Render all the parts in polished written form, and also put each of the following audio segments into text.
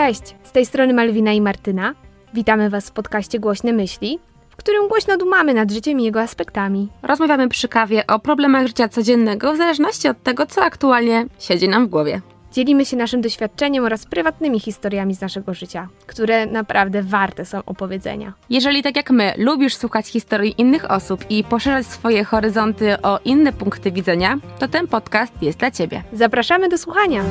Cześć, z tej strony Malwina i Martyna. Witamy Was w podcaście Głośne Myśli, w którym głośno dumamy nad życiem i jego aspektami. Rozmawiamy przy kawie o problemach życia codziennego w zależności od tego, co aktualnie siedzi nam w głowie. Dzielimy się naszym doświadczeniem oraz prywatnymi historiami z naszego życia, które naprawdę warte są opowiedzenia. Jeżeli tak jak my lubisz słuchać historii innych osób i poszerzać swoje horyzonty o inne punkty widzenia, to ten podcast jest dla Ciebie. Zapraszamy do słuchania!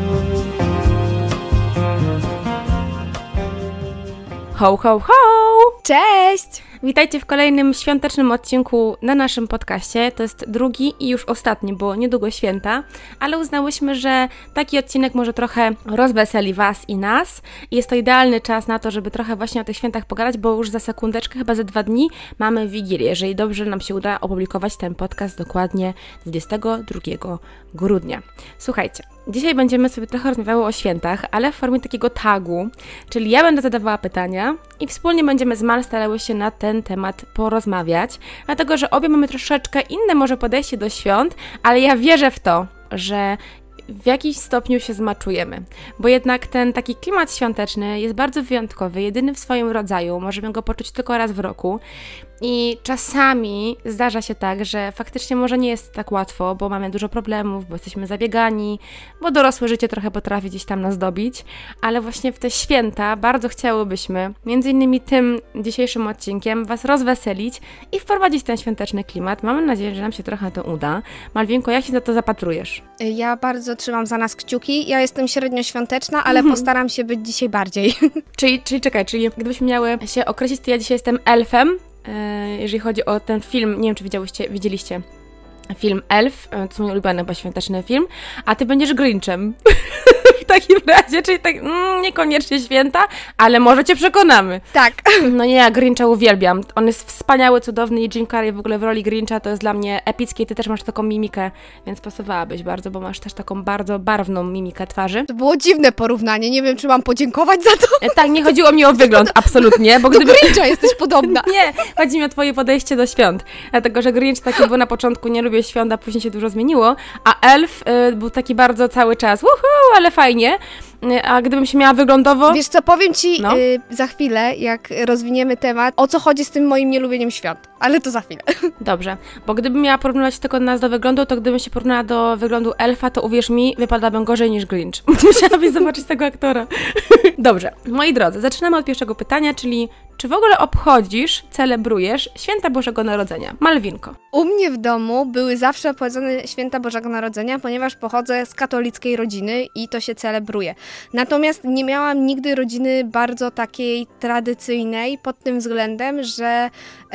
Ho, ho, ho! Cześć! Witajcie w kolejnym świątecznym odcinku na naszym podcaście. To jest drugi i już ostatni, bo niedługo święta, ale uznałyśmy, że taki odcinek może trochę rozweseli Was i nas. I jest to idealny czas na to, żeby trochę właśnie o tych świętach pogadać, bo już za sekundeczkę, chyba za 2 dni mamy Wigilię, jeżeli dobrze nam się uda opublikować ten podcast dokładnie 22 grudnia. Słuchajcie, dzisiaj będziemy sobie trochę rozmawiały o świętach, ale w formie takiego tagu, czyli ja będę zadawała pytania i wspólnie będziemy z Mal starały się na ten temat porozmawiać, dlatego że obie mamy troszeczkę inne może podejście do świąt, ale ja wierzę w to, że w jakimś stopniu się zmaczujemy, bo jednak ten taki klimat świąteczny jest bardzo wyjątkowy, jedyny w swoim rodzaju, możemy go poczuć tylko raz w roku i czasami zdarza się tak, że faktycznie może nie jest tak łatwo, bo mamy dużo problemów, bo jesteśmy zabiegani, bo dorosłe życie trochę potrafi gdzieś tam nas dobić, ale właśnie w te święta bardzo chciałybyśmy, między innymi tym dzisiejszym odcinkiem, Was rozweselić i wprowadzić ten świąteczny klimat. Mamy nadzieję, że nam się trochę to uda. Malwinko, jak się za to zapatrujesz? Ja bardzo trzymam za nas kciuki. Ja jestem średnio świąteczna, ale postaram się być dzisiaj bardziej. Czyli gdybyśmy miały się określić, to ja dzisiaj jestem elfem, jeżeli chodzi o ten film, nie wiem, czy widzieliście film Elf, to mój ulubiony chyba świąteczny film, a ty będziesz Grinchem. W takim razie, czyli tak niekoniecznie święta, ale może cię przekonamy. Tak. No nie, ja Grincha uwielbiam. On jest wspaniały, cudowny i Jim Carrey w ogóle w roli Grincha to jest dla mnie epickie. Ty też masz taką mimikę, więc pasowałabyś bardzo, bo masz też taką bardzo barwną mimikę twarzy. To było dziwne porównanie, nie wiem, czy mam podziękować za to. Tak, nie chodziło mi o wygląd, absolutnie. Bo do Grincha jesteś podobna. Nie, chodzi mi o twoje podejście do świąt. Dlatego, że Grinch taki był na początku, nie lubię świąt, a później się dużo zmieniło, a Elf był taki bardzo cały czas, ale fajnie. A gdybym się miała wyglądowo... Wiesz co, powiem Ci za chwilę, jak rozwiniemy temat, o co chodzi z tym moim nielubieniem świąt. Ale to za chwilę. Dobrze, bo gdybym miała porównywać tylko nas do wyglądu, to gdybym się porównała do wyglądu Elfa, to uwierz mi, wypadałabym gorzej niż Grinch. Musiałabyś zobaczyć tego aktora. Dobrze, moi drodzy, zaczynamy od pierwszego pytania, czyli czy w ogóle obchodzisz, celebrujesz Święta Bożego Narodzenia? Malwinko. U mnie w domu były zawsze obchodzone Święta Bożego Narodzenia, ponieważ pochodzę z katolickiej rodziny i to się celebruje. Natomiast nie miałam nigdy rodziny bardzo takiej tradycyjnej pod tym względem, że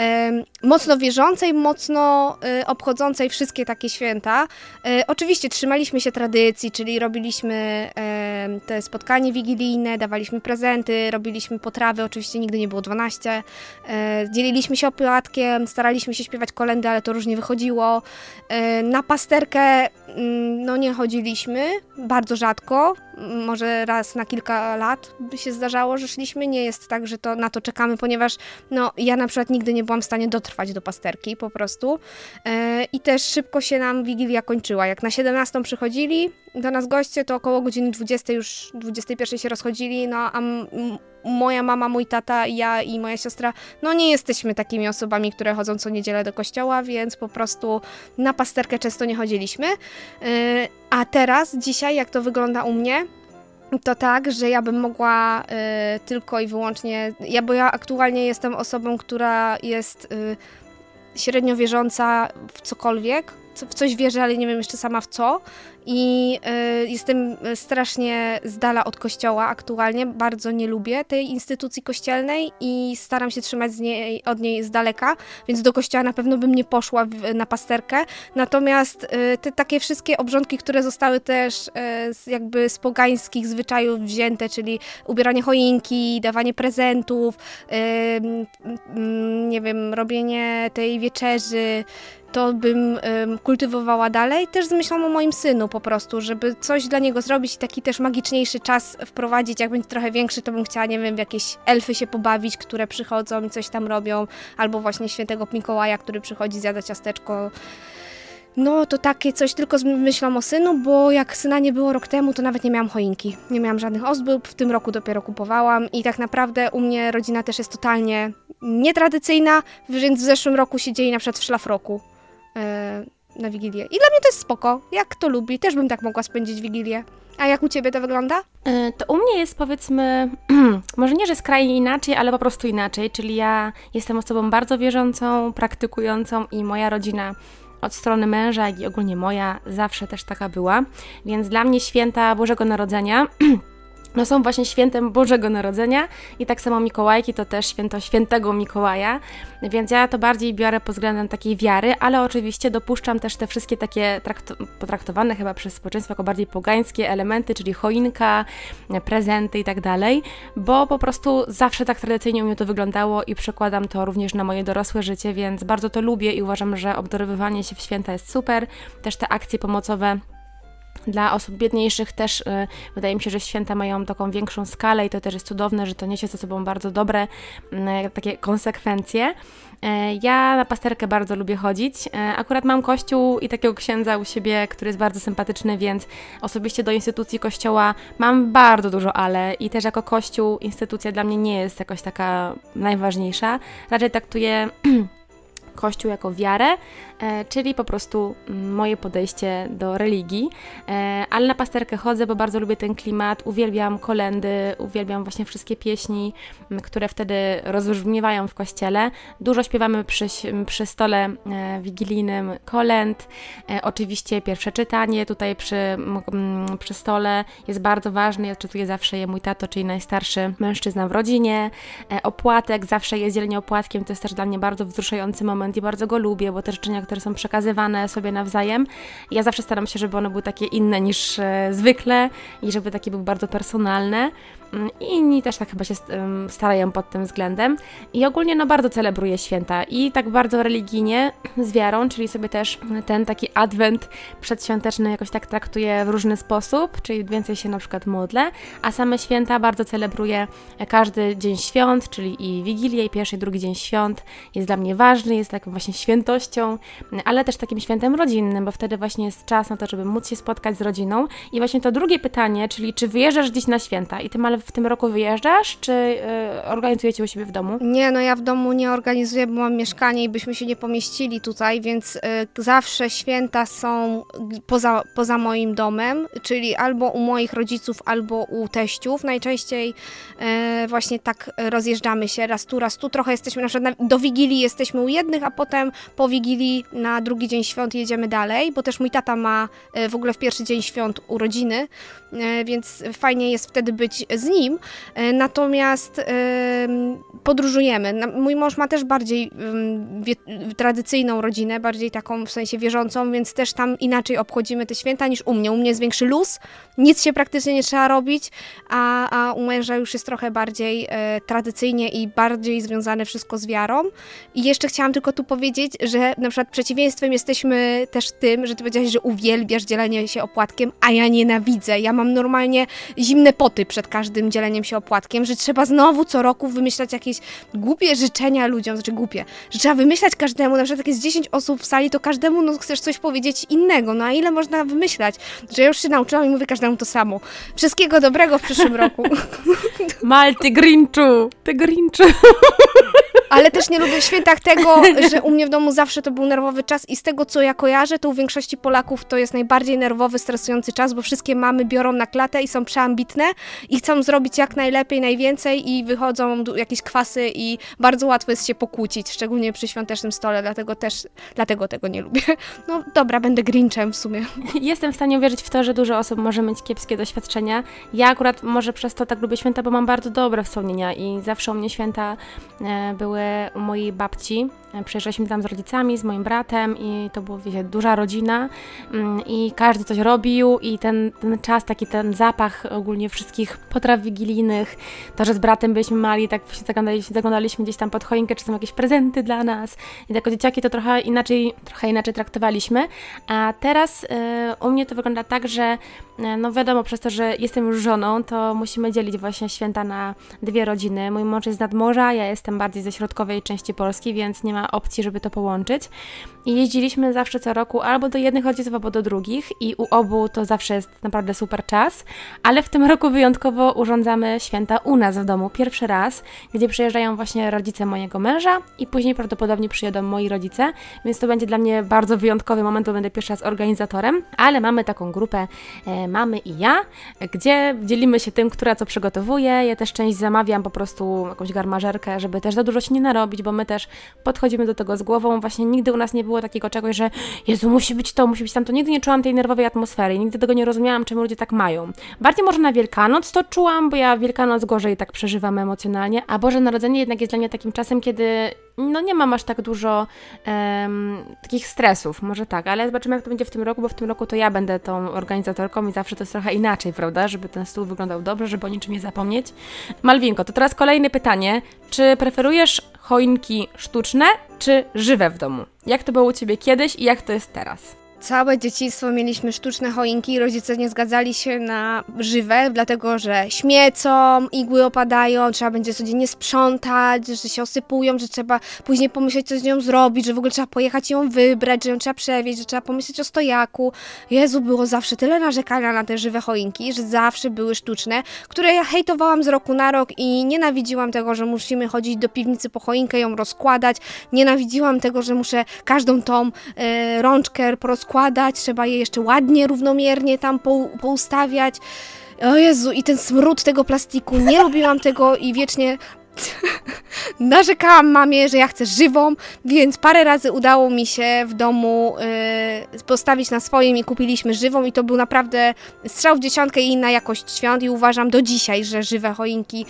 mocno wierzącej, mocno obchodzącej wszystkie takie święta. Oczywiście trzymaliśmy się tradycji, czyli robiliśmy te spotkanie wigilijne, dawaliśmy prezenty, robiliśmy potrawy, oczywiście nigdy nie było 12. Dzieliliśmy się opłatkiem, staraliśmy się śpiewać kolędy, ale to różnie wychodziło. Na pasterkę no nie chodziliśmy, bardzo rzadko, może raz na kilka lat by się zdarzało, że szliśmy. Nie jest tak, że na to czekamy, ponieważ no, ja na przykład nigdy nie byłam w stanie dotrwać do pasterki po prostu. I też szybko się nam Wigilia kończyła. Jak na 17 przychodzili do nas goście, to około godziny 20 już 21 się rozchodzili, no a moja mama, mój tata, ja i moja siostra, no nie jesteśmy takimi osobami, które chodzą co niedzielę do kościoła, więc po prostu na pasterkę często nie chodziliśmy. A teraz, dzisiaj, jak to wygląda u mnie, to tak, że ja bym mogła tylko i wyłącznie, bo ja aktualnie jestem osobą, która jest średnio wierząca w cokolwiek, w coś wierzę, ale nie wiem jeszcze sama w co. I jestem strasznie z dala od kościoła aktualnie, bardzo nie lubię tej instytucji kościelnej i staram się trzymać od niej z daleka, więc do kościoła na pewno bym nie poszła na pasterkę. Natomiast te takie wszystkie obrządki, które zostały też jakby z pogańskich zwyczajów wzięte, czyli ubieranie choinki, dawanie prezentów, nie wiem, robienie tej wieczerzy, to bym kultywowała dalej, też z myślą o moim synu po prostu, żeby coś dla niego zrobić i taki też magiczniejszy czas wprowadzić. Jak będzie trochę większy, to bym chciała, nie wiem, w jakieś elfy się pobawić, które przychodzą i coś tam robią, albo właśnie świętego Mikołaja, który przychodzi, zjada ciasteczko. No to takie coś tylko z myślą o synu, bo jak syna nie było rok temu, to nawet nie miałam choinki. Nie miałam żadnych ozdób, w tym roku dopiero kupowałam i tak naprawdę u mnie rodzina też jest totalnie nietradycyjna, więc w zeszłym roku siedzieli na przykład w szlafroku na Wigilię. I dla mnie to jest spoko, jak kto lubi, też bym tak mogła spędzić Wigilię. A jak u Ciebie to wygląda? To u mnie jest, powiedzmy, może nie, że skrajnie inaczej, ale po prostu inaczej, czyli ja jestem osobą bardzo wierzącą, praktykującą i moja rodzina od strony męża, jak i ogólnie moja, zawsze też taka była, więc dla mnie święta Bożego Narodzenia no są właśnie świętem Bożego Narodzenia i tak samo Mikołajki to też święto Świętego Mikołaja, więc ja to bardziej biorę pod względem takiej wiary, ale oczywiście dopuszczam też te wszystkie takie potraktowane chyba przez społeczeństwo jako bardziej pogańskie elementy, czyli choinka, prezenty i tak dalej, bo po prostu zawsze tak tradycyjnie u mnie to wyglądało i przekładam to również na moje dorosłe życie, więc bardzo to lubię i uważam, że obdarowywanie się w święta jest super, też te akcje pomocowe dla osób biedniejszych też wydaje mi się, że święta mają taką większą skalę i to też jest cudowne, że to niesie ze sobą bardzo dobre takie konsekwencje. Ja na pasterkę bardzo lubię chodzić. Akurat mam kościół i takiego księdza u siebie, który jest bardzo sympatyczny, więc osobiście do instytucji kościoła mam bardzo dużo ale i też jako kościół instytucja dla mnie nie jest jakoś taka najważniejsza. Raczej traktuję Kościół jako wiarę, czyli po prostu moje podejście do religii, ale na pasterkę chodzę, bo bardzo lubię ten klimat, uwielbiam kolędy, uwielbiam właśnie wszystkie pieśni, które wtedy rozbrzmiewają w kościele. Dużo śpiewamy przy stole wigilijnym kolęd, oczywiście pierwsze czytanie tutaj przy stole jest bardzo ważne, ja czytuję zawsze je mój tato, czyli najstarszy mężczyzna w rodzinie, opłatek, zawsze jest dzielenie opłatkiem, to jest też dla mnie bardzo wzruszający moment i bardzo go lubię, bo te życzenia, które są przekazywane sobie nawzajem, ja zawsze staram się, żeby one były takie inne niż zwykle i żeby takie były bardzo personalne i inni też tak chyba się starają pod tym względem i ogólnie no bardzo celebruję święta i tak bardzo religijnie z wiarą, czyli sobie też ten taki adwent przedświąteczny jakoś tak traktuję w różny sposób, czyli więcej się na przykład modlę, a same święta bardzo celebruję każdy dzień świąt, czyli i Wigilię, i pierwszy, i drugi dzień świąt jest dla mnie ważny, jest taką właśnie świętością, ale też takim świętem rodzinnym, bo wtedy właśnie jest czas na to, żeby móc się spotkać z rodziną i właśnie to drugie pytanie, czyli czy wyjeżdżasz gdzieś na święta i ty w tym roku wyjeżdżasz, czy organizujecie u siebie w domu? Nie, no ja w domu nie organizuję, bo mam mieszkanie i byśmy się nie pomieścili tutaj, więc zawsze święta są poza moim domem, czyli albo u moich rodziców, albo u teściów. Najczęściej właśnie tak rozjeżdżamy się raz tu, trochę jesteśmy, na przykład do Wigilii jesteśmy u jednych, a potem po Wigilii na drugi dzień świąt jedziemy dalej, bo też mój tata ma w ogóle w pierwszy dzień świąt urodziny, więc fajnie jest wtedy być z nim. Natomiast podróżujemy. Mój mąż ma też bardziej tradycyjną rodzinę, bardziej taką w sensie wierzącą, więc też tam inaczej obchodzimy te święta niż u mnie. U mnie jest większy luz, nic się praktycznie nie trzeba robić, a u męża już jest trochę bardziej tradycyjnie i bardziej związane wszystko z wiarą. I jeszcze chciałam tylko tu powiedzieć, że na przykład przeciwieństwem jesteśmy też tym, że ty powiedziałaś, że uwielbiasz dzielenie się opłatkiem, a ja nienawidzę. Ja mam normalnie zimne poty przed każdym dzieleniem się opłatkiem, że trzeba znowu co roku wymyślać jakieś głupie życzenia ludziom, znaczy głupie, że trzeba wymyślać każdemu, na przykład jak jest 10 osób w sali, to każdemu no, chcesz coś powiedzieć innego, no a ile można wymyślać, że ja już się nauczyłam i mówię każdemu to samo. Wszystkiego dobrego w przyszłym roku. Mal, ty Grinchu! Ale też nie lubię w świętach tego, że u mnie w domu zawsze to był nerwowy czas i z tego, co ja kojarzę, to u większości Polaków to jest najbardziej nerwowy, stresujący czas, bo wszystkie mamy biorą na klatę i są przeambitne i chcą zrobić jak najlepiej, najwięcej i wychodzą jakieś kwasy i bardzo łatwo jest się pokłócić, szczególnie przy świątecznym stole, dlatego tego nie lubię. No dobra, będę Grinchem w sumie. Jestem w stanie uwierzyć w to, że dużo osób może mieć kiepskie doświadczenia. Ja akurat może przez to tak lubię święta, bo mam bardzo dobre wspomnienia i zawsze u mnie święta były u mojej babci. Przyjeżdżaliśmy tam z rodzicami, z moim bratem i to była, wiecie, duża rodzina i każdy coś robił i ten czas, taki ten zapach ogólnie wszystkich potraw wigilijnych, to, że z bratem byliśmy mali, tak się zaglądaliśmy gdzieś tam pod choinkę, czy są jakieś prezenty dla nas i jako dzieciaki to trochę inaczej traktowaliśmy, a teraz u mnie to wygląda tak, że no wiadomo, przez to, że jestem już żoną, to musimy dzielić właśnie święta na dwie rodziny. Mój mąż jest z nadmorza, ja jestem bardziej ze środkowej części Polski, więc nie ma opcji, żeby to połączyć. i jeździliśmy zawsze co roku albo do jednych rodziców, albo do drugich i u obu to zawsze jest naprawdę super czas, ale w tym roku wyjątkowo urządzamy święta u nas w domu pierwszy raz, gdzie przyjeżdżają właśnie rodzice mojego męża i później prawdopodobnie przyjedą moi rodzice, więc to będzie dla mnie bardzo wyjątkowy moment, bo będę pierwszy raz organizatorem, ale mamy taką grupę mamy i ja, gdzie dzielimy się tym, która co przygotowuje. Ja też część zamawiam po prostu jakąś garmażerkę, żeby też za dużo się nie narobić, bo my też podchodzimy do tego z głową. Właśnie nigdy u nas nie było takiego czegoś, że Jezu, musi być to, musi być tamto. Nigdy nie czułam tej nerwowej atmosfery i nigdy tego nie rozumiałam, czemu ludzie tak mają. Bardziej może na Wielkanoc to czułam, bo ja Wielkanoc gorzej tak przeżywam emocjonalnie, a Boże Narodzenie jednak jest dla mnie takim czasem, kiedy no nie mam aż tak dużo takich stresów, może tak, ale zobaczymy, jak to będzie w tym roku, bo w tym roku to ja będę tą organizatorką i zawsze to jest trochę inaczej, prawda, żeby ten stół wyglądał dobrze, żeby o niczym nie zapomnieć. Malwinko, to teraz kolejne pytanie, czy preferujesz choinki sztuczne, czy żywe w domu? Jak to było u Ciebie kiedyś i jak to jest teraz? Całe dzieciństwo mieliśmy sztuczne choinki i rodzice nie zgadzali się na żywe, dlatego że śmiecą, igły opadają, trzeba będzie codziennie sprzątać, że się osypują, że trzeba później pomyśleć, co z nią zrobić, że w ogóle trzeba pojechać ją wybrać, że ją trzeba przewieźć, że trzeba pomyśleć o stojaku. Jezu, było zawsze tyle narzekania na te żywe choinki, że zawsze były sztuczne, które ja hejtowałam z roku na rok i nienawidziłam tego, że musimy chodzić do piwnicy po choinkę, ją rozkładać. Nienawidziłam tego, że muszę każdą tą rączkę porozkładać, trzeba je jeszcze ładnie, równomiernie tam poustawiać. O Jezu, i ten smród tego plastiku, nie lubiłam tego i wiecznie narzekałam mamie, że ja chcę żywą, więc parę razy udało mi się w domu postawić na swoim i kupiliśmy żywą i to był naprawdę strzał w dziesiątkę i inna jakość świąt i uważam do dzisiaj, że żywe choinki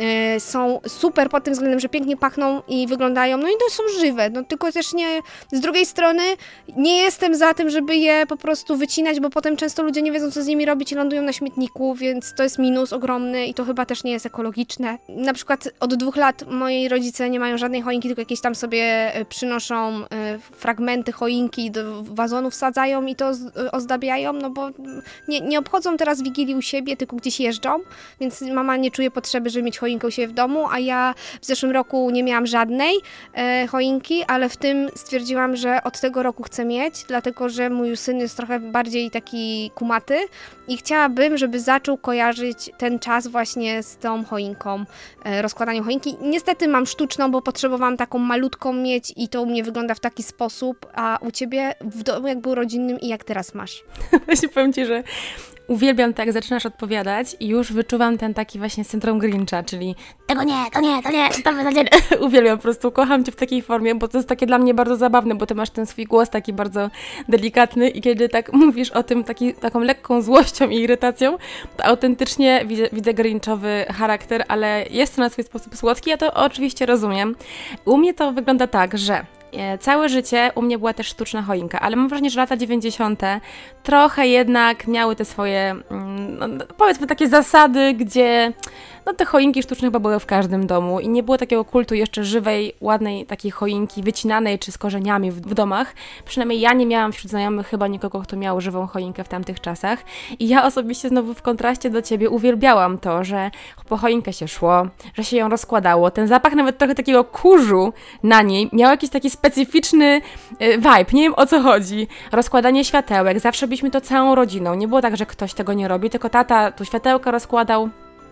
są super pod tym względem, że pięknie pachną i wyglądają, no i to są żywe, no tylko też nie, z drugiej strony nie jestem za tym, żeby je po prostu wycinać, bo potem często ludzie nie wiedzą, co z nimi robić i lądują na śmietniku, więc to jest minus ogromny i to chyba też nie jest ekologiczne. Na przykład od 2 lat moi rodzice nie mają żadnej choinki, tylko jakieś tam sobie przynoszą fragmenty choinki, do wazonów wsadzają i to ozdabiają, no bo nie obchodzą teraz Wigilii u siebie, tylko gdzieś jeżdżą, więc mama nie czuje potrzeby, żeby mieć choinkę u siebie w domu, a ja w zeszłym roku nie miałam żadnej choinki, ale w tym stwierdziłam, że od tego roku chcę mieć, dlatego że mój syn jest trochę bardziej taki kumaty i chciałabym, żeby zaczął kojarzyć ten czas właśnie z tą choinką, rozkładaniem choinki. Niestety mam sztuczną, bo potrzebowałam taką malutką mieć i to u mnie wygląda w taki sposób, a u Ciebie w domu jak był rodzinnym i jak teraz masz? Właśnie powiem Ci, że uwielbiam tak, jak zaczynasz odpowiadać i już wyczuwam ten taki właśnie syndrom Grincha, czyli tego nie, to wydarzenie. Uwielbiam, po prostu kocham Cię w takiej formie, bo to jest takie dla mnie bardzo zabawne, bo Ty masz ten swój głos taki bardzo delikatny i kiedy tak mówisz o tym taką lekką złością i irytacją, to autentycznie widzę Grinchowy charakter, ale jest to na swój sposób słodki, ja to oczywiście rozumiem. U mnie to wygląda tak, że całe życie u mnie była też sztuczna choinka, ale mam wrażenie, że lata 90. trochę jednak miały te swoje, no, powiedzmy takie zasady, gdzie no te choinki sztuczne chyba były w każdym domu i nie było takiego kultu jeszcze żywej, ładnej takiej choinki wycinanej czy z korzeniami w domach. Przynajmniej ja nie miałam wśród znajomych chyba nikogo, kto miał żywą choinkę w tamtych czasach i ja osobiście znowu w kontraście do Ciebie uwielbiałam to, że po choinkę się szło, że się ją rozkładało. Ten zapach nawet trochę takiego kurzu na niej miał jakiś taki specyficzny vibe, nie wiem o co chodzi. Rozkładanie światełek, zawsze byliśmy to całą rodziną. Nie było tak, że ktoś tego nie robi, tylko tata tu światełka rozkładał,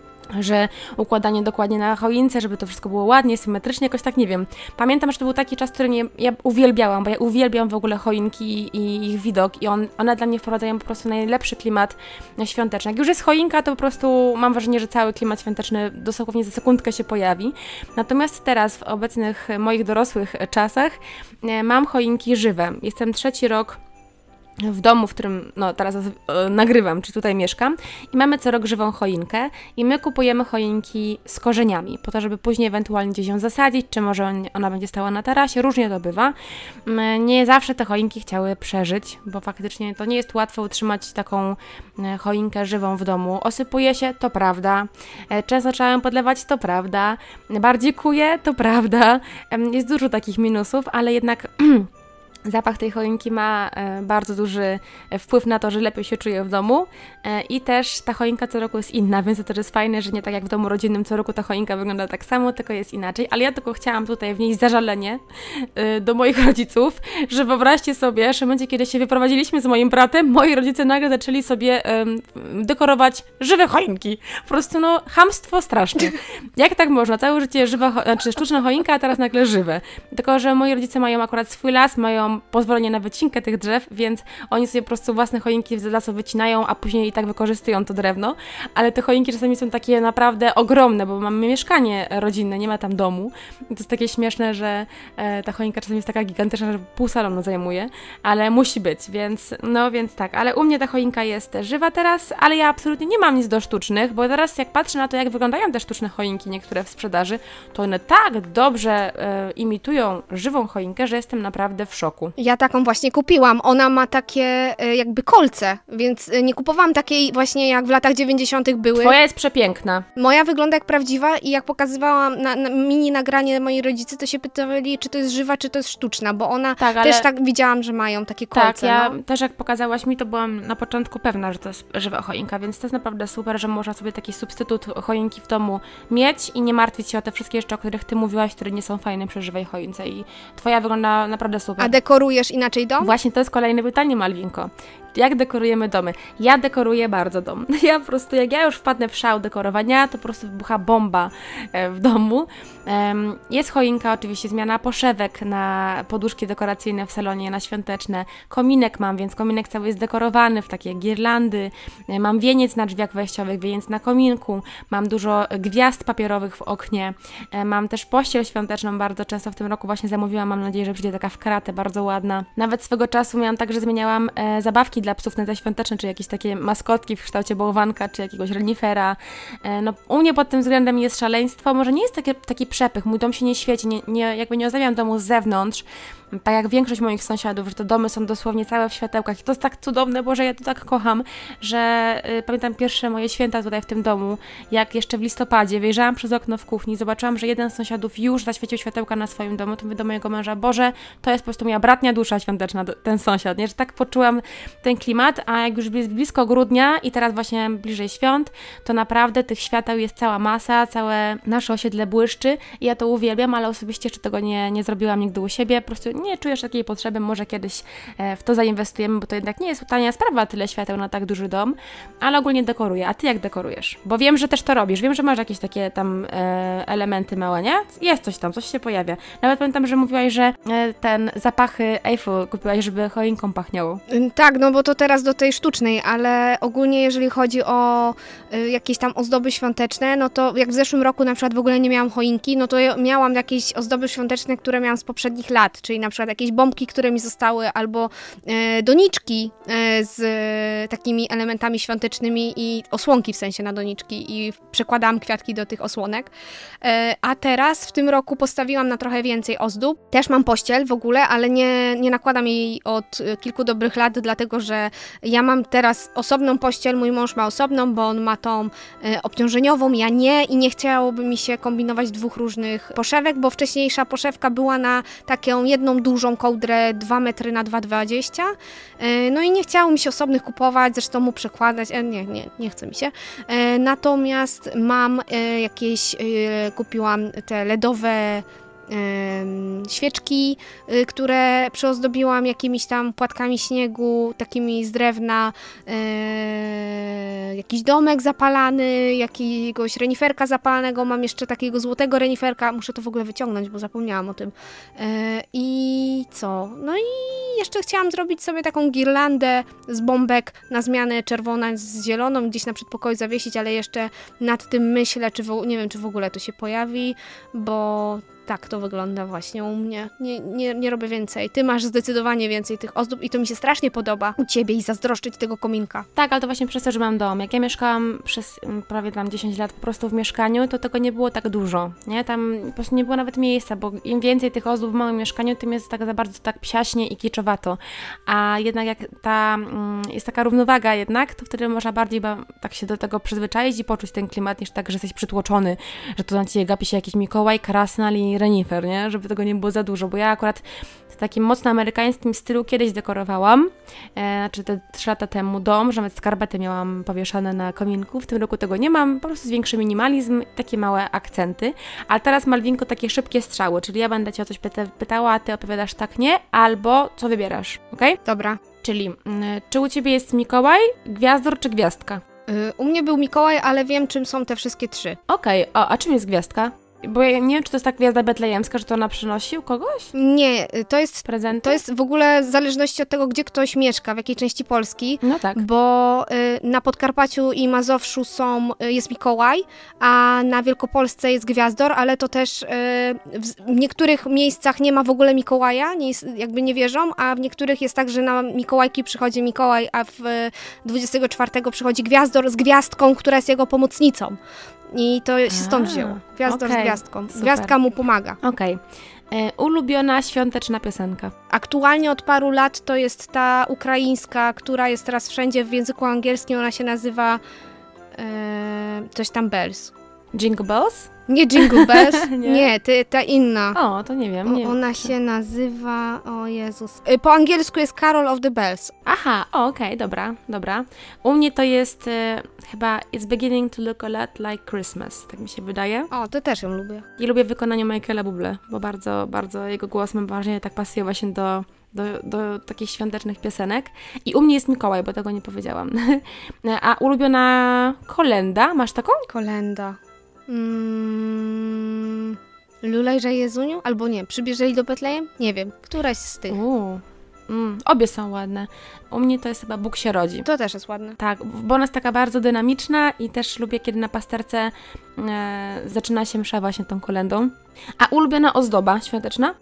że układanie dokładnie na choince, żeby to wszystko było ładnie, symetrycznie, jakoś tak, nie wiem. Pamiętam, że to był taki czas, który ja uwielbiałam, bo ja uwielbiam w ogóle choinki i ich widok i one dla mnie wprowadzają po prostu najlepszy klimat świąteczny. Jak już jest choinka, to po prostu mam wrażenie, że cały klimat świąteczny dosłownie za sekundkę się pojawi. Natomiast teraz, w obecnych moich dorosłych czasach, mam choinki żywe. Jestem 3. rok w domu, w którym no, teraz nagrywam, czy tutaj mieszkam i mamy co rok żywą choinkę i my kupujemy choinki z korzeniami, po to, żeby później ewentualnie gdzieś ją zasadzić, czy może ona będzie stała na tarasie, różnie to bywa. Nie zawsze te choinki chciały przeżyć, bo faktycznie to nie jest łatwo utrzymać taką choinkę żywą w domu. Osypuje się, to prawda, często trzeba ją podlewać, to prawda, bardziej kuje, to prawda, jest dużo takich minusów, ale jednak Zapach tej choinki ma bardzo duży wpływ na to, że lepiej się czuję w domu i też ta choinka co roku jest inna, więc to też jest fajne, że nie tak jak w domu rodzinnym co roku ta choinka wygląda tak samo, tylko jest inaczej, ale ja tylko chciałam tutaj wnieść zażalenie do moich rodziców, że wyobraźcie sobie, że w momencie, kiedy się wyprowadziliśmy z moim bratem, moi rodzice nagle zaczęli sobie dekorować żywe choinki. Po prostu chamstwo straszne. Jak tak można? Całe życie sztuczna choinka, a teraz nagle żywe. Tylko, że moi rodzice mają akurat swój las, mają pozwolenie na wycinkę tych drzew, więc oni sobie po prostu własne choinki z lasu wycinają, a później i tak wykorzystują to drewno, ale te choinki czasami są takie naprawdę ogromne, bo mamy mieszkanie rodzinne, nie ma tam domu. I to jest takie śmieszne, że ta choinka czasami jest taka gigantyczna, że pół salonu zajmuje, ale musi być, więc tak. Ale u mnie ta choinka jest żywa teraz, ale ja absolutnie nie mam nic do sztucznych, bo teraz jak patrzę na to, jak wyglądają te sztuczne choinki, niektóre w sprzedaży, to one tak dobrze imitują żywą choinkę, że jestem naprawdę w szoku. Ja taką właśnie kupiłam. Ona ma takie jakby kolce, więc nie kupowałam takiej właśnie jak w latach 90. były. Twoja jest przepiękna. Moja wygląda jak prawdziwa i jak pokazywałam na mini nagranie moi rodzice, to się pytali, czy to jest żywa, czy to jest sztuczna, bo ona też tak widziałam, że mają takie kolce. Tak, ja też jak pokazałaś mi, to byłam na początku pewna, że to jest żywa choinka, więc to jest naprawdę super, że można sobie taki substytut choinki w domu mieć i nie martwić się o te wszystkie rzeczy, o których ty mówiłaś, które nie są fajne przy żywej choince i twoja wygląda naprawdę super. A dekorujesz inaczej dom? Właśnie, to jest kolejne pytanie, Malwinko. Jak dekorujemy domy? Ja dekoruję bardzo dom. Ja po prostu, jak ja już wpadnę w szał dekorowania, to po prostu wybucha bomba w domu. Jest choinka, oczywiście zmiana poszewek na poduszki dekoracyjne w salonie, na świąteczne. Kominek mam, więc kominek cały jest dekorowany w takie girlandy. Mam wieniec na drzwiach wejściowych, wieniec na kominku. Mam dużo gwiazd papierowych w oknie. Mam też pościel świąteczną, bardzo często w tym roku właśnie zamówiłam. Mam nadzieję, że przyjdzie taka w kratę, bardzo ładna. Nawet swego czasu miałam tak, że zmieniałam zabawki dla psów na te świąteczne, czy jakieś takie maskotki w kształcie bałwanka, czy jakiegoś renifera. U mnie pod tym względem jest szaleństwo. Może nie jest taki przepych, mój dom się nie świeci, jakby nie oznawiam domu z zewnątrz, tak jak większość moich sąsiadów, że te domy są dosłownie całe w światełkach i to jest tak cudowne, Boże, ja to tak kocham, że pamiętam pierwsze moje święta tutaj w tym domu, jak jeszcze w listopadzie wyjrzałam przez okno w kuchni, zobaczyłam, że jeden z sąsiadów już zaświecił światełka na swoim domu, to mówię do mojego męża, Boże, to jest po prostu moja bratnia dusza świąteczna, ten sąsiad, nie? Że tak poczułam ten klimat, a jak już jest blisko grudnia i teraz właśnie bliżej świąt, to naprawdę tych świateł jest cała masa, całe nasze osiedle błyszczy i ja to uwielbiam, ale osobiście jeszcze tego nie zrobiłam nigdy u siebie, po prostu nie czujesz takiej potrzeby, może kiedyś w to zainwestujemy, bo to jednak nie jest tania sprawa, tyle świateł na tak duży dom, ale ogólnie dekoruję. A ty jak dekorujesz? Bo wiem, że też to robisz, wiem, że masz jakieś takie tam elementy małe, nie? Jest coś tam, coś się pojawia. Nawet pamiętam, że mówiłaś, że ten zapachy Eiffel kupiłaś, żeby choinką pachniało. Tak, no bo to teraz do tej sztucznej, ale ogólnie jeżeli chodzi o jakieś tam ozdoby świąteczne, no to jak w zeszłym roku na przykład w ogóle nie miałam choinki, no to ja miałam jakieś ozdoby świąteczne, które miałam z poprzednich lat, czyli na przykład jakieś bombki, które mi zostały, albo doniczki z takimi elementami świątecznymi i osłonki w sensie na doniczki i przekładałam kwiatki do tych osłonek. A teraz w tym roku postawiłam na trochę więcej ozdób. Też mam pościel w ogóle, ale nie nakładam jej od kilku dobrych lat, dlatego że ja mam teraz osobną pościel, mój mąż ma osobną, bo on ma tą obciążeniową, ja nie i nie chciałoby mi się kombinować dwóch różnych poszewek, bo wcześniejsza poszewka była na taką jedną dużą kołdrę 2 metry na 2,20 no i nie chciało mi się osobnych kupować, zresztą mu przekładać, nie chce mi się. Natomiast mam jakieś, kupiłam te LEDowe świeczki, które przyozdobiłam jakimiś tam płatkami śniegu, takimi z drewna, jakiś domek zapalany, jakiegoś reniferka zapalanego, mam jeszcze takiego złotego reniferka, muszę to w ogóle wyciągnąć, bo zapomniałam o tym. I co? No i jeszcze chciałam zrobić sobie taką girlandę z bombek na zmianę czerwona z zieloną, gdzieś na przedpokoju zawiesić, ale jeszcze nad tym myślę, nie wiem, czy w ogóle to się pojawi, bo tak to wygląda właśnie u mnie. Nie robię więcej. Ty masz zdecydowanie więcej tych ozdób i to mi się strasznie podoba u ciebie i zazdroszczyć tego kominka. Tak, ale to właśnie przez to, że mam dom. Jak ja mieszkałam przez prawie tam 10 lat po prostu w mieszkaniu, to tego nie było tak dużo, nie? Tam po prostu nie było nawet miejsca, bo im więcej tych ozdób w małym mieszkaniu, tym jest tak za bardzo tak psiaśnie i kiczowato. A jednak jak jest taka równowaga jednak, to wtedy można bardziej tak się do tego przyzwyczaić i poczuć ten klimat, niż tak, że jesteś przytłoczony, że tu na ciebie gapi się jakiś Mikołaj, krasnal i pani renifer, nie? Żeby tego nie było za dużo, bo ja akurat w takim mocno amerykańskim stylu kiedyś dekorowałam, znaczy te 3 lata temu dom, że nawet skarbety miałam powieszane na kominku, w tym roku tego nie mam, po prostu większy minimalizm, takie małe akcenty, ale teraz Malwinko takie szybkie strzały, czyli ja będę Cię o coś pytała, a Ty opowiadasz tak, nie, albo co wybierasz, okej? Dobra. Czyli, czy u Ciebie jest Mikołaj, Gwiazdor czy Gwiazdka? U mnie był Mikołaj, ale wiem, czym są te wszystkie 3. Okej, a czym jest Gwiazdka? Bo ja nie wiem, czy to jest ta gwiazda betlejemska, że to ona przynosi u kogoś? Nie, to jest Prezenty? w ogóle w zależności od tego, gdzie ktoś mieszka, w jakiej części Polski, No tak. bo na Podkarpaciu i Mazowszu jest Mikołaj, a na Wielkopolsce jest Gwiazdor, ale to też w niektórych miejscach nie ma w ogóle Mikołaja, jakby nie wierzą, a w niektórych jest tak, że na Mikołajki przychodzi Mikołaj, a w 24 przychodzi Gwiazdor z gwiazdką, która jest jego pomocnicą. I to się stąd wzięło. Gwiazdor z gwiazdką. Super. Gwiazdka mu pomaga. Okej. Ulubiona świąteczna piosenka? Aktualnie od paru lat to jest ta ukraińska, która jest teraz wszędzie w języku angielskim. Ona się nazywa coś tam Bells. Jingle Bells? Nie Jingle Bells, Nie? nie, ta inna. O, to nie wiem. Nie. Ona się nazywa, o Jezus. Po angielsku jest Carol of the Bells. Aha, okej, dobra. U mnie to jest chyba It's beginning to look a lot like Christmas, tak mi się wydaje. O, to też ją lubię. I lubię w wykonaniu Michaela Bublé, bo bardzo jego głos mam wrażenie tak pasuje właśnie do takich świątecznych piosenek. I u mnie jest Mikołaj, bo tego nie powiedziałam. A ulubiona kolenda, masz taką? Kolenda. Lulejże Jezuniu? Albo nie, przybierzeli do Betlejem? Nie wiem, któraś z tych. Obie są ładne. U mnie to jest chyba Bóg się rodzi. To też jest ładne. Tak, bo ona jest taka bardzo dynamiczna i też lubię, kiedy na pasterce zaczyna się msza właśnie tą kolendą. A ulubiona ozdoba świąteczna?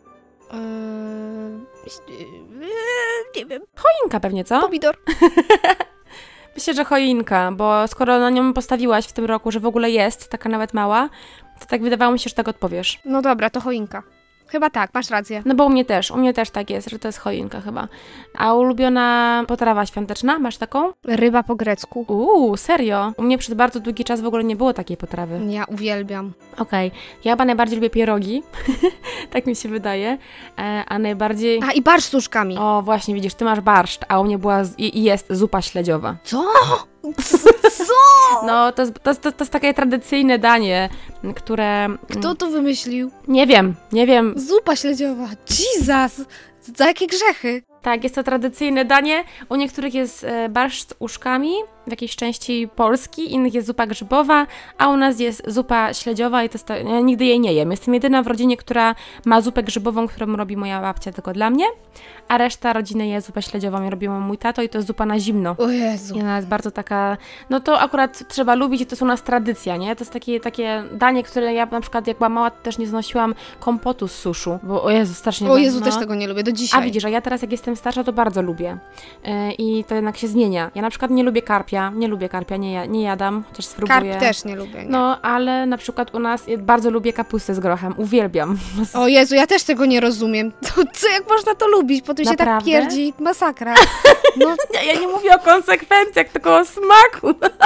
Nie wiem. Choinka pewnie, co? Pomidor. Myślę, że choinka, bo skoro na nią postawiłaś w tym roku, że w ogóle jest, taka nawet mała, to tak wydawało mi się, że tak odpowiesz. No dobra, to choinka. Chyba tak, masz rację. No bo u mnie też tak jest, że to jest choinka chyba. A ulubiona potrawa świąteczna, masz taką? Ryba po grecku. Serio? U mnie przez bardzo długi czas w ogóle nie było takiej potrawy. Ja uwielbiam. Okej. Ja chyba najbardziej lubię pierogi, tak mi się wydaje, a najbardziej... A i barszcz z uszkami. O, właśnie, widzisz, ty masz barszcz, a u mnie była i jest zupa śledziowa. Co? Co? No, to jest takie tradycyjne danie, które... Kto to wymyślił? Nie wiem. Zupa śledziowa. Jesus! Za jakie grzechy? Tak, jest to tradycyjne danie. U niektórych jest barszcz z uszkami w jakiejś części Polski, innych jest zupa grzybowa, a u nas jest zupa śledziowa i to jest ja nigdy jej nie jem. Jestem jedyna w rodzinie, która ma zupę grzybową, którą robi moja babcia tylko dla mnie, a reszta rodziny je zupę śledziową i robi mój tato i to jest zupa na zimno. O Jezu. I ona jest bardzo taka, no to akurat trzeba lubić i to jest u nas tradycja, nie? To jest takie danie, które ja na przykład jak była mała, to też nie znosiłam kompotu z suszu, bo o Jezu, strasznie. O Jezu, też tego nie lubię, do dzisiaj. A widzisz, a ja teraz jak jestem starsza, to bardzo lubię. I to jednak się zmienia. Ja na przykład nie lubię karpia, nie jadam, chociaż spróbuję. Karp też nie lubię, nie? No, ale na przykład u nas bardzo lubię kapustę z grochem, uwielbiam. O Jezu, ja też tego nie rozumiem. Co, jak można to lubić? Potem się tak Naprawdę? pierdzi, masakra. No. Ja nie mówię o konsekwencjach, tylko o smaku.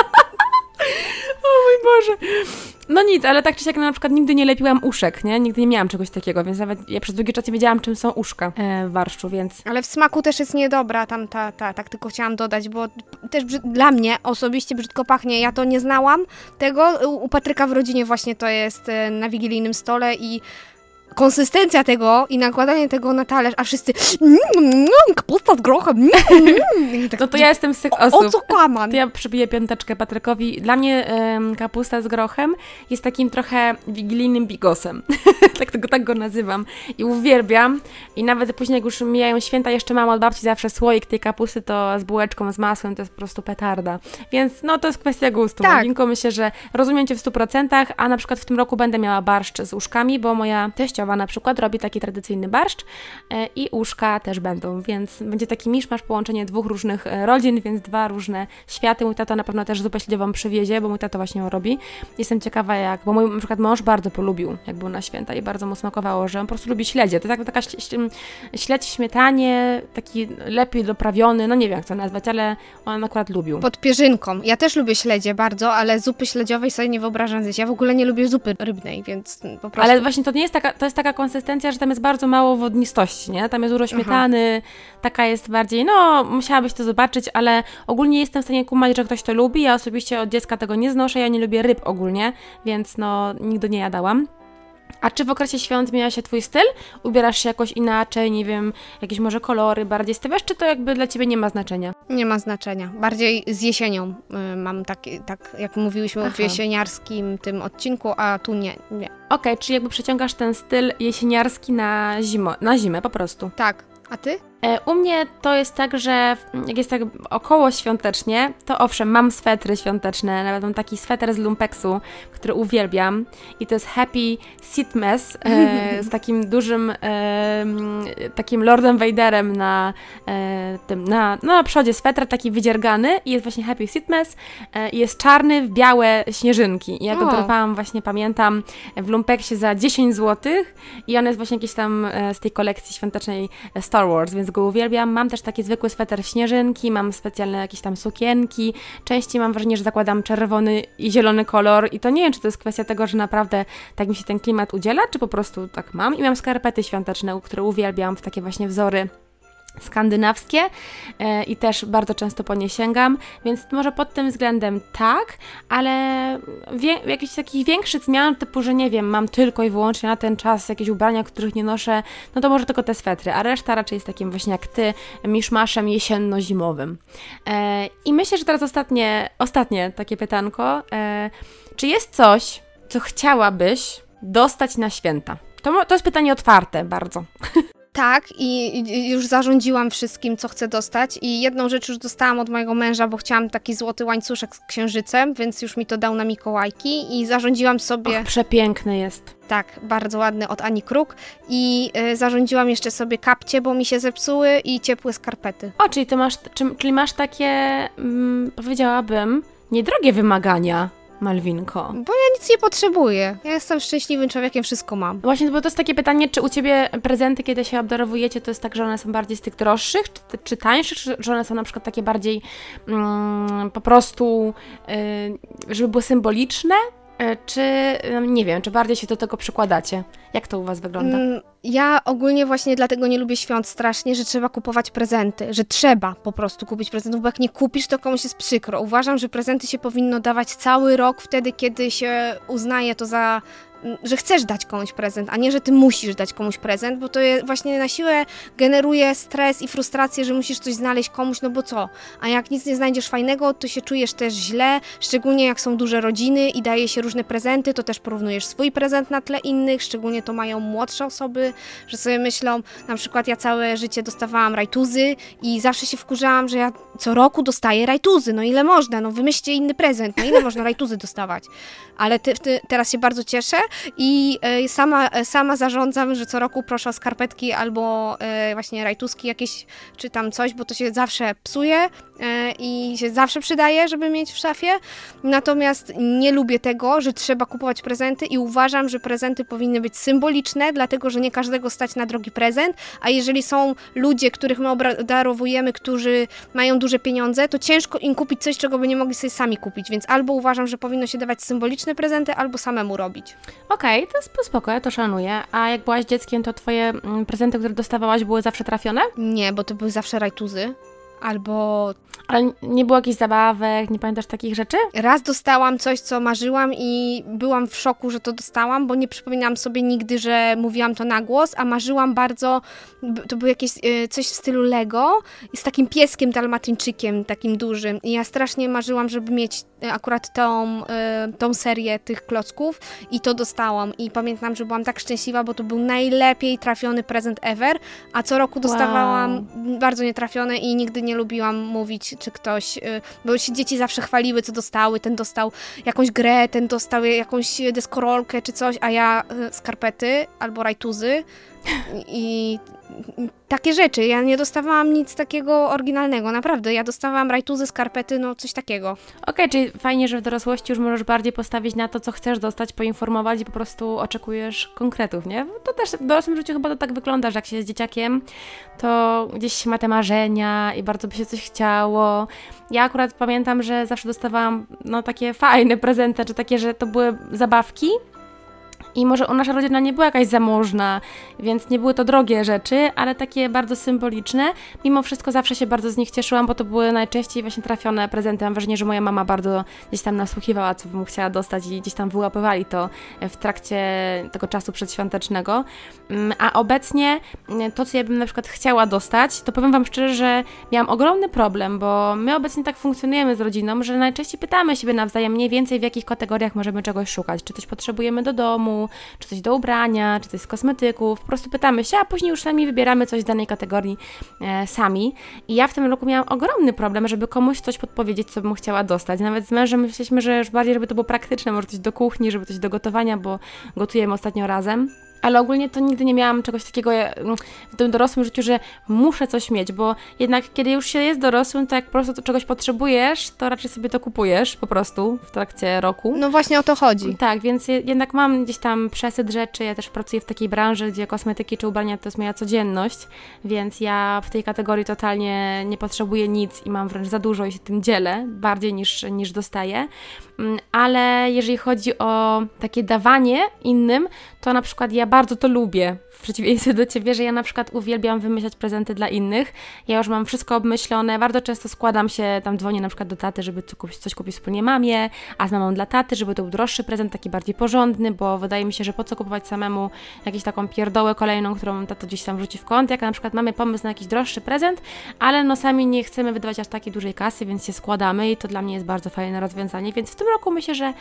O mój Boże. No nic, ale tak czy siak na przykład nigdy nie lepiłam uszek, nie? Nigdy nie miałam czegoś takiego, więc nawet ja przez długi czas nie wiedziałam, czym są uszka w barszczu, więc... Ale w smaku też jest niedobra, tak tylko chciałam dodać, bo też dla mnie osobiście brzydko pachnie. Ja to nie znałam tego. U Patryka w rodzinie właśnie to jest na wigilijnym stole i konsystencja tego i nakładanie tego na talerz, a wszyscy kapusta z grochem. Tak, no to ja jestem z tych osób. O co kłamam? To ja przybiję piąteczkę Patrykowi. Dla mnie kapusta z grochem jest takim trochę wigilijnym bigosem. tak go nazywam. I uwielbiam. I nawet później, jak już mijają święta, jeszcze mam od babci zawsze słoik tej kapusty, to z bułeczką, z masłem, to jest po prostu petarda. Więc no to jest kwestia gustu. Tak. Marginko, myślę, że rozumiem Cię w 100%, a na przykład w tym roku będę miała barszcz z uszkami, bo moja teściowa na przykład robi taki tradycyjny barszcz i uszka też będą, więc będzie taki miszmasz, połączenie dwóch różnych rodzin, więc dwa różne światy. Mój tato na pewno też zupę śledziową przywiezie, bo mój tato właśnie ją robi. Jestem ciekawa bo mój na przykład mąż bardzo polubił, jak był na święta i bardzo mu smakowało, że on po prostu lubi śledzie. To jest taka śledź w śmietanie, taki lepiej doprawiony, no nie wiem jak to nazwać, ale on akurat lubił. Pod pierzynką. Ja też lubię śledzie bardzo, ale zupy śledziowej sobie nie wyobrażam zjeść. Ja w ogóle nie lubię zupy rybnej, więc po prostu... Ale właśnie to nie jest taka, to jest jest taka konsystencja, że tam jest bardzo mało wodnistości, nie? Tam jest dużo śmietany, taka jest bardziej, no musiałabyś to zobaczyć, ale ogólnie jestem w stanie kumać, że ktoś to lubi. Ja osobiście od dziecka tego nie znoszę, ja nie lubię ryb ogólnie, więc no nigdy nie jadałam. A czy w okresie świąt zmienia się twój styl? Ubierasz się jakoś inaczej, nie wiem, jakieś może kolory bardziej stawiasz, czy to jakby dla ciebie nie ma znaczenia? Nie ma znaczenia. Bardziej z jesienią mam tak jak mówiłyśmy w jesieniarskim tym odcinku, a tu nie. Okej, czyli jakby przeciągasz ten styl jesieniarski na zimę po prostu. Tak. A ty? U mnie to jest tak, że jak jest tak około świątecznie, to owszem, mam swetry świąteczne, nawet mam taki sweter z lumpeksu, który uwielbiam i to jest Happy Sitmas z takim dużym takim Lordem Vaderem na przodzie swetra, taki wydziergany i jest właśnie Happy Sitmas i jest czarny w białe śnieżynki. I ja go dorwałam właśnie, pamiętam, w lumpeksie za 10 zł i on jest właśnie jakiś tam z tej kolekcji świątecznej Star Wars, więc go uwielbiam. Mam też taki zwykły sweter w śnieżynki, mam specjalne jakieś tam sukienki. Częściej mam wrażenie, że zakładam czerwony i zielony kolor i to nie wiem, czy to jest kwestia tego, że naprawdę tak mi się ten klimat udziela, czy po prostu tak mam. I mam skarpety świąteczne, które uwielbiam w takie właśnie wzory skandynawskie i też bardzo często po nie sięgam, więc może pod tym względem tak, ale jakichś takich większych zmian, typu, że nie wiem, mam tylko i wyłącznie na ten czas jakieś ubrania, których nie noszę, no to może tylko te swetry, a reszta raczej jest takim właśnie jak ty, miszmaszem jesienno-zimowym. I myślę, że teraz ostatnie takie pytanko. Czy jest coś, co chciałabyś dostać na święta? To jest pytanie otwarte bardzo. Tak, i już zarządziłam wszystkim, co chcę dostać i jedną rzecz już dostałam od mojego męża, bo chciałam taki złoty łańcuszek z księżycem, więc już mi to dał na Mikołajki i zarządziłam sobie... Przepiękny jest. Tak, bardzo ładny od Ani Kruk i zarządziłam jeszcze sobie kapcie, bo mi się zepsuły i ciepłe skarpety. Czyli masz takie, powiedziałabym, niedrogie wymagania. Malwinko. Bo ja nic nie potrzebuję. Ja jestem szczęśliwym człowiekiem, wszystko mam. Właśnie, bo to jest takie pytanie, czy u ciebie prezenty, kiedy się obdarowujecie, to jest tak, że one są bardziej z tych droższych, czy tańszych, czy one są na przykład takie bardziej po prostu, żeby były symboliczne? Czy, nie wiem, czy bardziej się do tego przykładacie? Jak to u was wygląda? Ja ogólnie właśnie dlatego nie lubię świąt strasznie, że trzeba kupować prezenty, że trzeba po prostu kupić prezentów, bo jak nie kupisz, to komuś jest przykro. Uważam, że prezenty się powinno dawać cały rok, wtedy, kiedy się uznaje to za... że chcesz dać komuś prezent, a nie, że ty musisz dać komuś prezent, bo to właśnie na siłę generuje stres i frustrację, że musisz coś znaleźć komuś, no bo co? A jak nic nie znajdziesz fajnego, to się czujesz też źle, szczególnie jak są duże rodziny i daje się różne prezenty, to też porównujesz swój prezent na tle innych, szczególnie to mają młodsze osoby, że sobie myślą, na przykład ja całe życie dostawałam rajtuzy i zawsze się wkurzałam, że ja co roku dostaję rajtuzy, no ile można, no wymyślcie inny prezent, no ile można rajtuzy dostawać, ale teraz się bardzo cieszę i sama zarządzam, że co roku proszę o skarpetki albo właśnie rajtuzki jakieś, czy tam coś, bo to się zawsze psuje i się zawsze przydaje, żeby mieć w szafie, natomiast nie lubię tego, że trzeba kupować prezenty i uważam, że prezenty powinny być symboliczne, dlatego, że nie każdego stać na drogi prezent, a jeżeli są ludzie, których my obdarowujemy, którzy mają duże pieniądze, to ciężko im kupić coś, czego by nie mogli sobie sami kupić, więc albo uważam, że powinno się dawać symboliczne prezenty, albo samemu robić. Okej, to jest spoko, ja to szanuję. A jak byłaś dzieckiem, to twoje prezenty, które dostawałaś, były zawsze trafione? Nie, bo to były zawsze rajtuzy. Albo... Ale nie było jakichś zabawek, nie pamiętasz takich rzeczy? Raz dostałam coś, co marzyłam i byłam w szoku, że to dostałam, bo nie przypominam sobie nigdy, że mówiłam to na głos, a marzyłam bardzo, to było jakieś coś w stylu Lego z takim pieskiem dalmatyńczykiem, takim dużym. I ja strasznie marzyłam, żeby mieć akurat tą serię tych klocków i to dostałam. I pamiętam, że byłam tak szczęśliwa, bo to był najlepiej trafiony prezent ever, a co roku dostawałam bardzo nietrafione i nigdy nie lubiłam mówić, czy ktoś, bo się dzieci zawsze chwaliły, co dostały, ten dostał jakąś grę, ten dostał jakąś deskorolkę, czy coś, a ja skarpety albo rajtuzy i takie rzeczy. Ja nie dostawałam nic takiego oryginalnego, naprawdę. Ja dostawałam rajtuzy, skarpety, no coś takiego. Okej, czyli fajnie, że w dorosłości już możesz bardziej postawić na to, co chcesz dostać, poinformować i po prostu oczekujesz konkretów, nie? To też w dorosłym życiu chyba to tak wygląda, że jak się jest dzieciakiem, to gdzieś się ma te marzenia i bardzo by się coś chciało. Ja akurat pamiętam, że zawsze dostawałam takie fajne prezenty, czy takie, że to były zabawki, I może nasza rodzina nie była jakaś zamożna, więc nie były to drogie rzeczy, ale takie bardzo symboliczne. Mimo wszystko zawsze się bardzo z nich cieszyłam, bo to były najczęściej właśnie trafione prezenty. Mam wrażenie, że moja mama bardzo gdzieś tam nasłuchiwała, co bym chciała dostać i gdzieś tam wyłapywali to w trakcie tego czasu przedświątecznego. A obecnie to, co ja bym na przykład chciała dostać, to powiem Wam szczerze, że miałam ogromny problem, bo my obecnie tak funkcjonujemy z rodziną, że najczęściej pytamy siebie nawzajem mniej więcej, w jakich kategoriach możemy czegoś szukać. Czy coś potrzebujemy do domu, czy coś do ubrania, czy coś z kosmetyków. Po prostu pytamy się, a później już sami wybieramy coś z danej kategorii sami. I ja w tym roku miałam ogromny problem, żeby komuś coś podpowiedzieć, co bym chciała dostać. Nawet z mężem myśleliśmy, że już bardziej, żeby to było praktyczne, może coś do kuchni, żeby coś do gotowania, bo gotujemy ostatnio razem. Ale ogólnie to nigdy nie miałam czegoś takiego w tym dorosłym życiu, że muszę coś mieć, bo jednak kiedy już się jest dorosłym, to jak po prostu czegoś potrzebujesz, to raczej sobie to kupujesz po prostu w trakcie roku. No właśnie o to chodzi. Tak, więc jednak mam gdzieś tam przesyt rzeczy, ja też pracuję w takiej branży, gdzie kosmetyki czy ubrania to jest moja codzienność, więc ja w tej kategorii totalnie nie potrzebuję nic i mam wręcz za dużo i się tym dzielę, bardziej niż dostaję. Ale jeżeli chodzi o takie dawanie innym, to na przykład ja bardzo to lubię, w przeciwieństwie do Ciebie, że ja na przykład uwielbiam wymyślać prezenty dla innych. Ja już mam wszystko obmyślone, bardzo często składam się, tam dzwonię na przykład do taty, żeby coś kupić wspólnie mamie, a z mamą dla taty, żeby to był droższy prezent, taki bardziej porządny, bo wydaje mi się, że po co kupować samemu jakąś taką pierdołę kolejną, którą tato gdzieś tam wrzuci w kąt, jak na przykład mamy pomysł na jakiś droższy prezent, ale no sami nie chcemy wydawać aż takiej dużej kasy, więc się składamy i to dla mnie jest bardzo fajne rozwiązanie, więc w tym roku myślę, że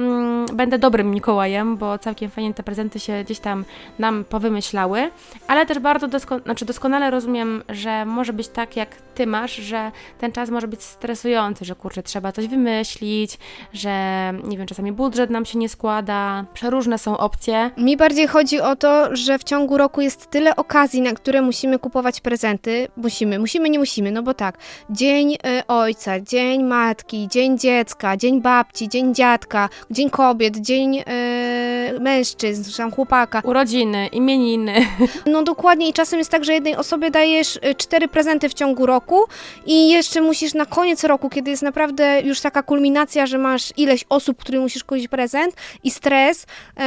będę dobrym Mikołajem, bo całkiem fajnie te prezenty się gdzieś tam nam powymyślały, ale też bardzo doskonale rozumiem, że może być tak, jak Ty masz, że ten czas może być stresujący, że kurczę, trzeba coś wymyślić, że nie wiem, czasami budżet nam się nie składa, przeróżne są opcje. Mi bardziej chodzi o to, że w ciągu roku jest tyle okazji, na które musimy kupować prezenty. Musimy, nie musimy, no bo tak, Dzień Ojca, Dzień Matki, Dzień Dziecka, Dzień Babci, Dzień Dziadka, Dzień Kobiet, Dzień mężczyzn, tam chłopaka. Urodziny, imieniny. No dokładnie i czasem jest tak, że jednej osobie dajesz 4 prezenty w ciągu roku i jeszcze musisz na koniec roku, kiedy jest naprawdę już taka kulminacja, że masz ileś osób, którym musisz kupić prezent i stres,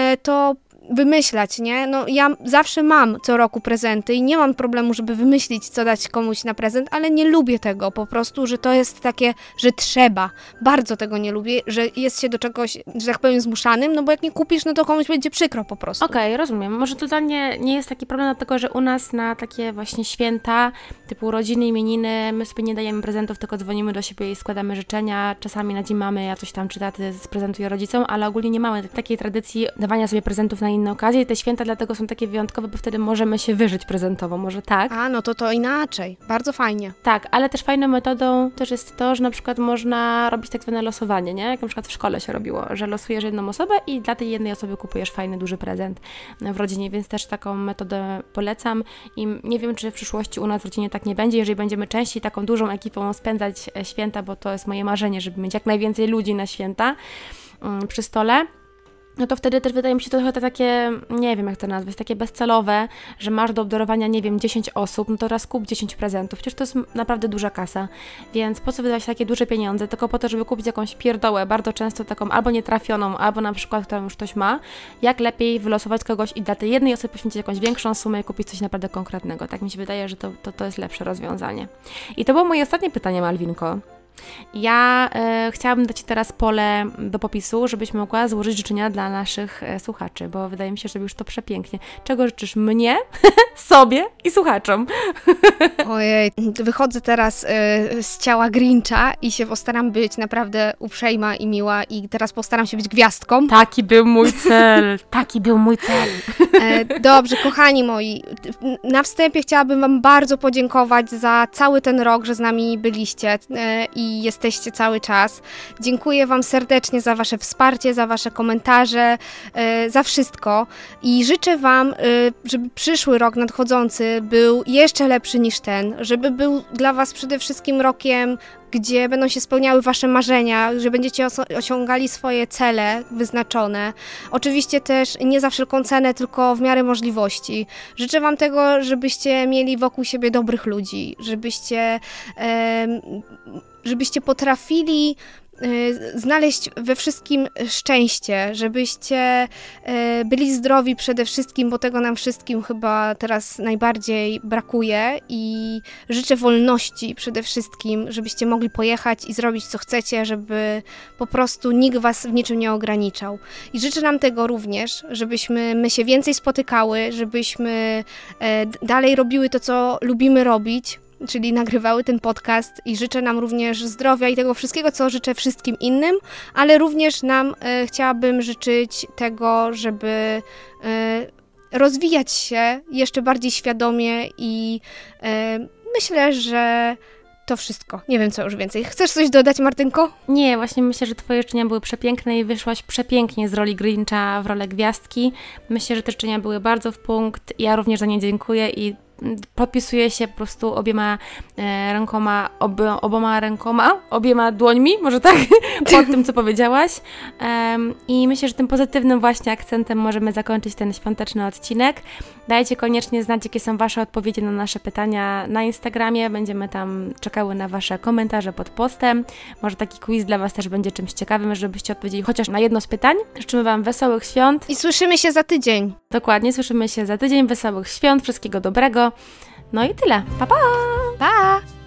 to wymyślać, nie? No ja zawsze mam co roku prezenty i nie mam problemu, żeby wymyślić, co dać komuś na prezent, ale nie lubię tego po prostu, że to jest takie, że trzeba. Bardzo tego nie lubię, że jest się do czegoś, że tak powiem, zmuszanym, no bo jak nie kupisz, no to komuś będzie przykro po prostu. Okej, rozumiem. Może to dla mnie nie jest taki problem, dlatego że u nas na takie właśnie święta, typu urodziny, imieniny, my sobie nie dajemy prezentów, tylko dzwonimy do siebie i składamy życzenia. Czasami na dzień mamy, ja coś tam czy taty sprezentuję rodzicom, ale ogólnie nie mamy takiej tradycji dawania sobie prezentów na inne okazje i te święta dlatego są takie wyjątkowe, bo wtedy możemy się wyżyć prezentowo, może tak? A, no to inaczej. Bardzo fajnie. Tak, ale też fajną metodą też jest to, że na przykład można robić tak zwane losowanie, nie? Jak na przykład w szkole się robiło, że losujesz jedną osobę i dla tej jednej osoby kupujesz fajny, duży prezent w rodzinie, więc też taką metodę polecam i nie wiem, czy w przyszłości u nas w rodzinie tak nie będzie, jeżeli będziemy częściej taką dużą ekipą spędzać święta, bo to jest moje marzenie, żeby mieć jak najwięcej ludzi na święta przy stole. No to wtedy też wydaje mi się to trochę takie, nie wiem jak to nazwać, takie bezcelowe, że masz do obdarowania, nie wiem, 10 osób, no to raz kup 10 prezentów, przecież to jest naprawdę duża kasa, więc po co wydawać takie duże pieniądze, tylko po to, żeby kupić jakąś pierdołę, bardzo często taką albo nietrafioną, albo na przykład, którą już ktoś ma, jak lepiej wylosować kogoś i dla tej jednej osoby poświęcić jakąś większą sumę i kupić coś naprawdę konkretnego, tak mi się wydaje, że to jest lepsze rozwiązanie. I to było moje ostatnie pytanie, Malwinko. Ja chciałabym dać Ci teraz pole do popisu, żebyś mogła złożyć życzenia dla naszych słuchaczy, bo wydaje mi się, że już to przepięknie. Czego życzysz mnie, sobie i słuchaczom? Ojej, wychodzę teraz z ciała Grincha i się postaram być naprawdę uprzejma i miła i teraz postaram się być gwiazdką. Taki był mój cel, taki był mój cel. Dobrze, kochani moi, na wstępie chciałabym Wam bardzo podziękować za cały ten rok, że z nami byliście i jesteście cały czas. Dziękuję Wam serdecznie za Wasze wsparcie, za Wasze komentarze, za wszystko i życzę Wam, żeby przyszły rok nadchodzący był jeszcze lepszy niż ten, żeby był dla Was przede wszystkim rokiem, gdzie będą się spełniały Wasze marzenia, że będziecie osiągali swoje cele wyznaczone. Oczywiście też nie za wszelką cenę, tylko w miarę możliwości. Życzę Wam tego, żebyście mieli wokół siebie dobrych ludzi, żebyście potrafili znaleźć we wszystkim szczęście, żebyście byli zdrowi przede wszystkim, bo tego nam wszystkim chyba teraz najbardziej brakuje i życzę wolności przede wszystkim, żebyście mogli pojechać i zrobić co chcecie, żeby po prostu nikt was w niczym nie ograniczał. I życzę nam tego również, żebyśmy my się więcej spotykały, żebyśmy dalej robiły to, co lubimy robić, czyli nagrywały ten podcast i życzę nam również zdrowia i tego wszystkiego, co życzę wszystkim innym, ale również nam chciałabym życzyć tego, żeby rozwijać się jeszcze bardziej świadomie i myślę, że to wszystko. Nie wiem, co już więcej. Chcesz coś dodać, Martynko? Nie, właśnie myślę, że twoje życzenia były przepiękne i wyszłaś przepięknie z roli Grincha w rolę gwiazdki. Myślę, że te życzenia były bardzo w punkt. Ja również za nie dziękuję i podpisuję się po prostu obiema dłońmi, może tak, pod tym, co powiedziałaś. I myślę, że tym pozytywnym właśnie akcentem możemy zakończyć ten świąteczny odcinek. Dajcie koniecznie znać, jakie są wasze odpowiedzi na nasze pytania na Instagramie. Będziemy tam czekały na wasze komentarze pod postem. Może taki quiz dla was też będzie czymś ciekawym, żebyście odpowiedzieli chociaż na jedno z pytań. Życzymy wam wesołych świąt. I słyszymy się za tydzień. Dokładnie, słyszymy się za tydzień. Wesołych świąt, wszystkiego dobrego. No i tyle. Pa, pa! Pa!